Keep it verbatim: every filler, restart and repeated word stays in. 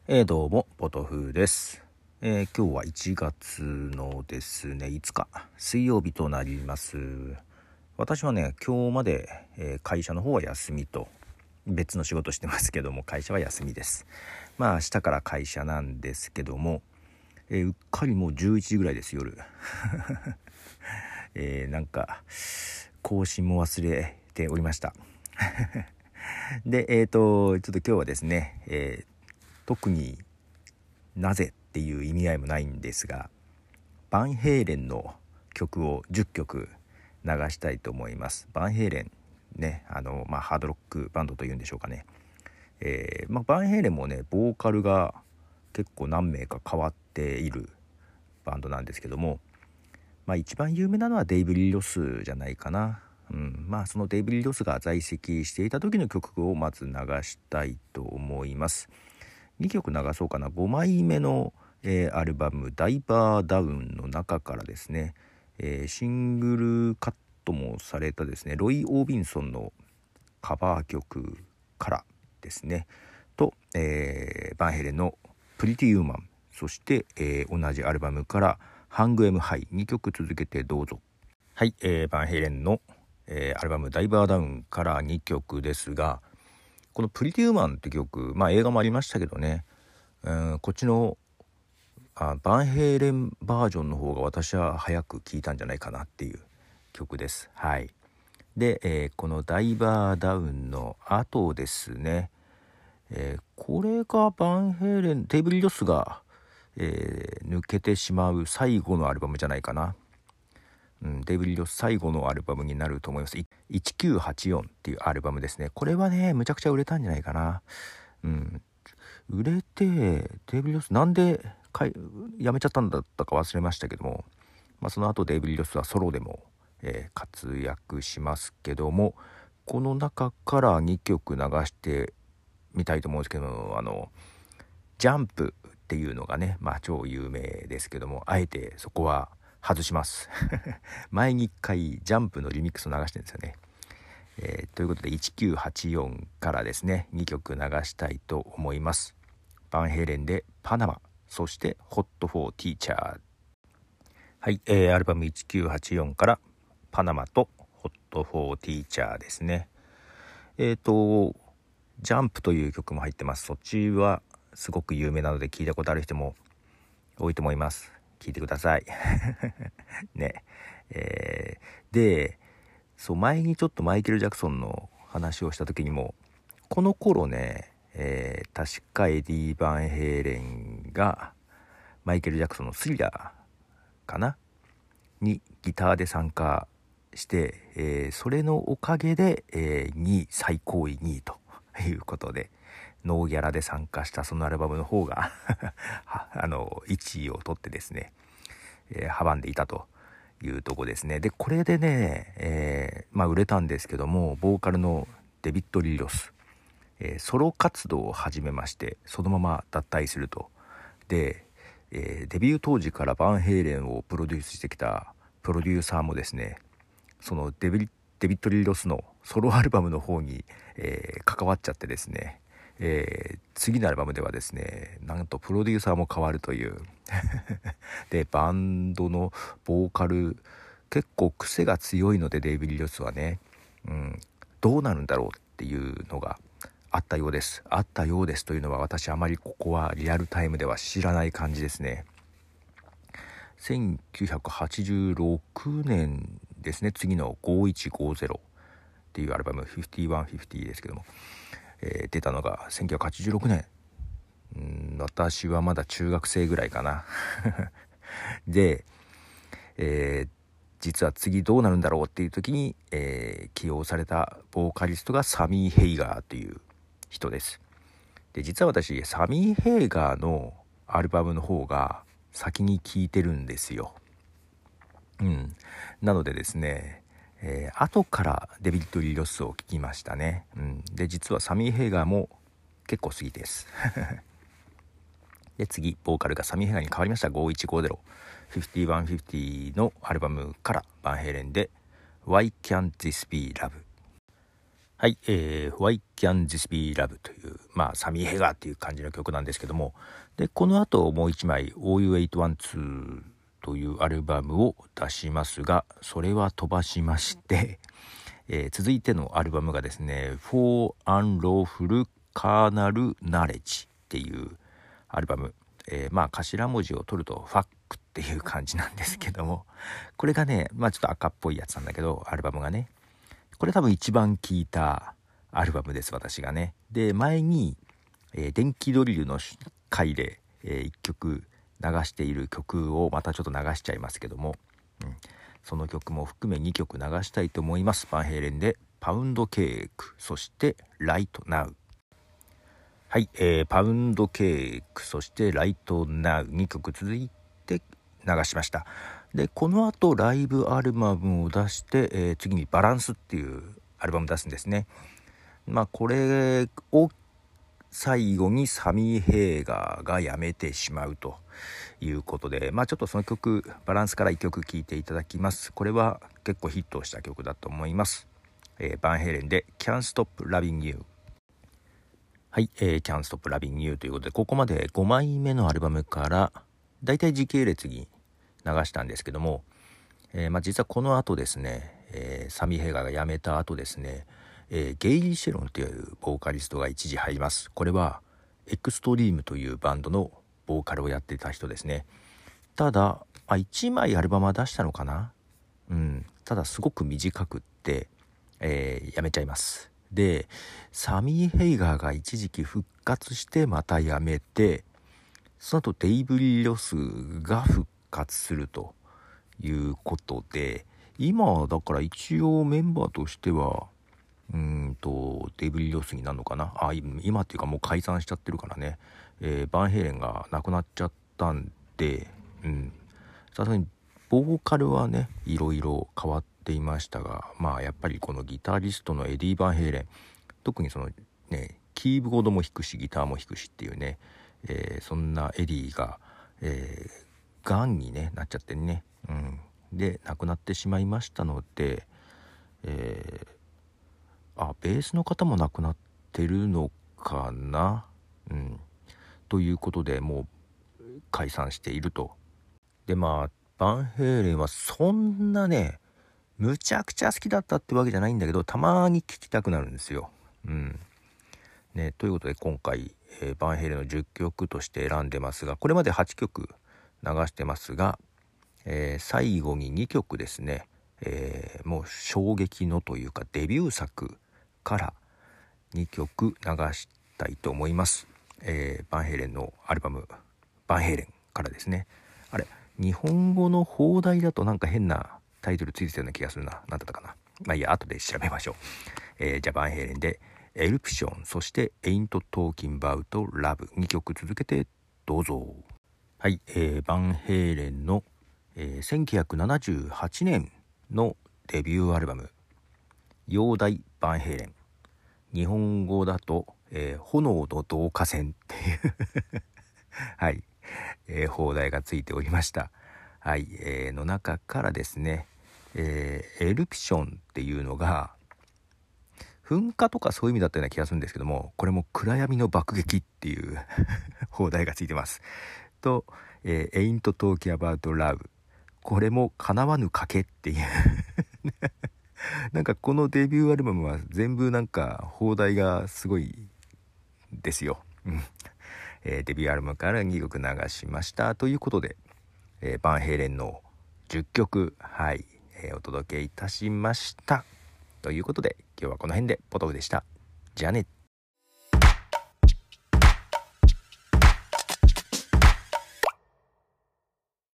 えー、どうもポトフです、えー、今日はいちがつのですねいつか水曜日となります。私はね今日まで、えー、会社の方は休みと別の仕事してますけども会社は休みです。まあ明日から会社なんですけども、えー、うっかりもうじゅういちじぐらいです夜、えー、なんか更新も忘れておりましたでえーとちょっと今日はですね、えー、特になぜっていう意味合いもないんですが、バンヘイレンの曲をじゅっきょく流したいと思います。バンヘイレンね、あのまあハードロックバンドというんでしょうかね。えーまあ、バンヘイレンもねボーカルが結構何名か変わっているバンドなんですけども、まあ一番有名なのはデイブ・リー・ロスじゃないかな。うん、まあそのデイブ・リー・ロスが在籍していた時の曲をまず流したいと思います。にきょく流そうかな。ごまいめの、えー、アルバムダイバーダウンの中からですね、えー、シングルカットもされたですねロイ・オービンソンのカバー曲からですねと、えー、バンヘイレンのプリティ・ウーマン、そして、えー、同じアルバムからハング・エム・ハイ、にきょく続けてどうぞ。はい、えー、バンヘイレンの、えー、アルバムダイバーダウンからにきょくですが、このプリティウーマンって曲、まあ映画もありましたけどね、うん、こっちのあバンヘイレンバージョンの方が私は早く聴いたんじゃないかなっていう曲です。はい。で、えー、このダイバーダウンの後ですね、えー、これがバンヘイレン、デイブ・リー・ロスが、えー、抜けてしまう最後のアルバムじゃないかな。うん、デイブ・リー・ロス最後のアルバムになると思います。いちきゅうはちよんっていうアルバムですね。これはねむちゃくちゃ売れたんじゃないかな。うん、売れてデイブ・リー・ロスなんでかい辞めちゃったんだったか忘れましたけども、まあ、その後デイブ・リー・ロスはソロでも、えー、活躍しますけども、この中からにきょく流してみたいと思うんですけど、あのジャンプっていうのがね、まあ超有名ですけども、あえてそこは外します前にいっかいジャンプのリミックスを流してるんですよね。えー、ということでいちきゅうはちよんからですねにきょく流したいと思います。バンヘイレンでパナマ、そしてホットフォーティーチャー。はい、えー、アルバムいちきゅうはちよんからパナマとホットフォーティーチャーですね。えーとジャンプという曲も入ってます。そっちはすごく有名なので聞いたことある人も多いと思います。聞いてくださいね。えー、でそう前にちょっとマイケル・ジャクソンの話をした時にも、この頃ね、えー、確かエディ・バンヘイレンがマイケル・ジャクソンのスリラーかなにギターで参加して、えー、それのおかげで、えー、にい最高位にいということで、ノーギャラで参加したそのアルバムの方があのいちいを取ってですね、えー、阻んでいたというとこですね。でこれでね、えー、まあ売れたんですけども、ボーカルのデビッド・リー・ロス、えー、ソロ活動を始めまして、そのまま脱退すると。で、えー、デビュー当時からバンヘイレンをプロデュースしてきたプロデューサーもですね、そのデビデビッド・リー・ロスのソロアルバムの方に、えー、関わっちゃってですね、えー、次のアルバムではですね、なんとプロデューサーも変わるというでバンドのボーカル結構癖が強いので、デイビッド・リー・ロスはね、うん、どうなるんだろうっていうのがあったようですあったようですというのは、私あまりここはリアルタイムでは知らない感じですね。せんきゅうひゃくはちじゅうろくねんですね。次のごいちごゼロっていうアルバムごいちごゼロですけども、えー、出たのがせんきゅうひゃくはちじゅうろくねん。うん私はまだ中学生ぐらいかなで、えー、実は次どうなるんだろうっていう時に、えー、起用されたボーカリストがサミー・ヘイガーという人です。で実は私サミー・ヘイガーのアルバムの方が先に聴いてるんですよ。うん、なのでですね、えー、後からデビッド・リー・ロスを聴きましたね。うん、で実はサミー・ヘイガーも結構好きですで次ボーカルがサミー・ヘイガーに変わりました。ごいちごゼロごいちごゼロのアルバムからバンヘイレンで Why Can't This Be Love。 はい、えー、Why Can This Be Love という、まあ、サミー・ヘガーっていう感じの曲なんですけども、で、この後もう一枚 オーユーエイトワンツー というアルバムを出しますが、それは飛ばしまして、えー、続いてのアルバムがですね、For Unlawful Carnal Knowledge っていうアルバム、えー、まあ頭文字を取るとファックっていう感じなんですけども、これがね、まあちょっと赤っぽいやつなんだけど、アルバムがね、これ多分一番聴いたアルバムです、私がね。で、前に、えー、電気ドリルの回で、えー、いっきょく流している曲をまたちょっと流しちゃいますけども、うん、その曲も含めにきょく流したいと思います。バンヘイレンでパウンドケーク、そしてライトナウ。はい、えー、パウンドケーク、そしてライトナウにきょく続いて流しました。で、この後ライブアルバムを出して、えー、次にバランスっていうアルバムを出すんですね。まあこれを最後にサミー・ヘイガーが辞めてしまうということで、まあちょっとその曲バランスからいっきょく聴いていただきます。これは結構ヒットした曲だと思います。えー、バンヘイレンで Can't Stop Loving You。はい、えー、Can't Stop Loving You ということで、ここまでごまいめのアルバムからだいたい時系列に流したんですけども、えーまあ、実はこの後ですね、えー、サミー・ヘイガーが辞めた後ですね、えー、ゲイリー・シェロンというボーカリストが一時入ります。これはエクストリームというバンドのボーカルをやっていた人ですね。ただ、まあ、いちまいアルバムは出したのかな、うん、ただすごく短くって、えー、辞めちゃいます。で、サミー・ヘイガーが一時期復活してまた辞めて、その後デイブリー・ロスが復活するということで、今だから一応メンバーとしてはうーんとデイブリー・ロスになるのかなあ、今っていうかもう解散しちゃってるからね、えー、バンヘイレンが亡くなっちゃったんで、うんさすがにボーカルはねいろいろ変わっていましたが、まあやっぱりこのギタリストのエディ・バンヘイレン、特にそのねキーボードも弾くしギターも弾くしっていうね、えー、そんなエディが、えー、がんに、ね、なっちゃってね、うん、で亡くなってしまいましたので、えー、あベースの方も亡くなってるのかな、うん、ということでもう解散していると。でまあバンヘイレンはそんなねむちゃくちゃ好きだったってわけじゃないんだけど、たまに聴きたくなるんですよ。うんね、ということで今回、えー、バンヘイレンのじゅっきょくとして選んでますが、これまではちきょく流してますが、えー、最後ににきょくですね、えー、もう衝撃のというかデビュー作からにきょく流したいと思います。えー、バンヘイレンのアルバムバンヘイレンからですね。あれ日本語の放題だとなんか変なタイトルついてたような気がするな。なんだったかな。まあいいや、後で調べましょう。えー、じゃあバンヘイレンでエルプション、そしてAin't Talking About Love にきょく続けてどうぞ。はい、えー、バンヘイレンの、えー、せんきゅうひゃくななじゅうはちねんのデビューアルバム陽大バンヘイレン、日本語だと、えー、炎の導火線っていうはい、えー、放題がついておりました。はい、えー、の中からですね、えー、エルプションっていうのが噴火とかそういう意味だったような気がするんですけども、これも暗闇の爆撃っていう放題がついてますと、えー、Ain't Talking About Love、 これも叶わぬ賭けっていうなんかこのデビューアルバムは全部なんか放題がすごいですよ、えー、デビューアルバムからにきょく流しましたということで、えー、バンヘイレンのじゅっきょく、はい、えー、お届けいたしましたということで、今日はこの辺でポトフでした。じゃあね。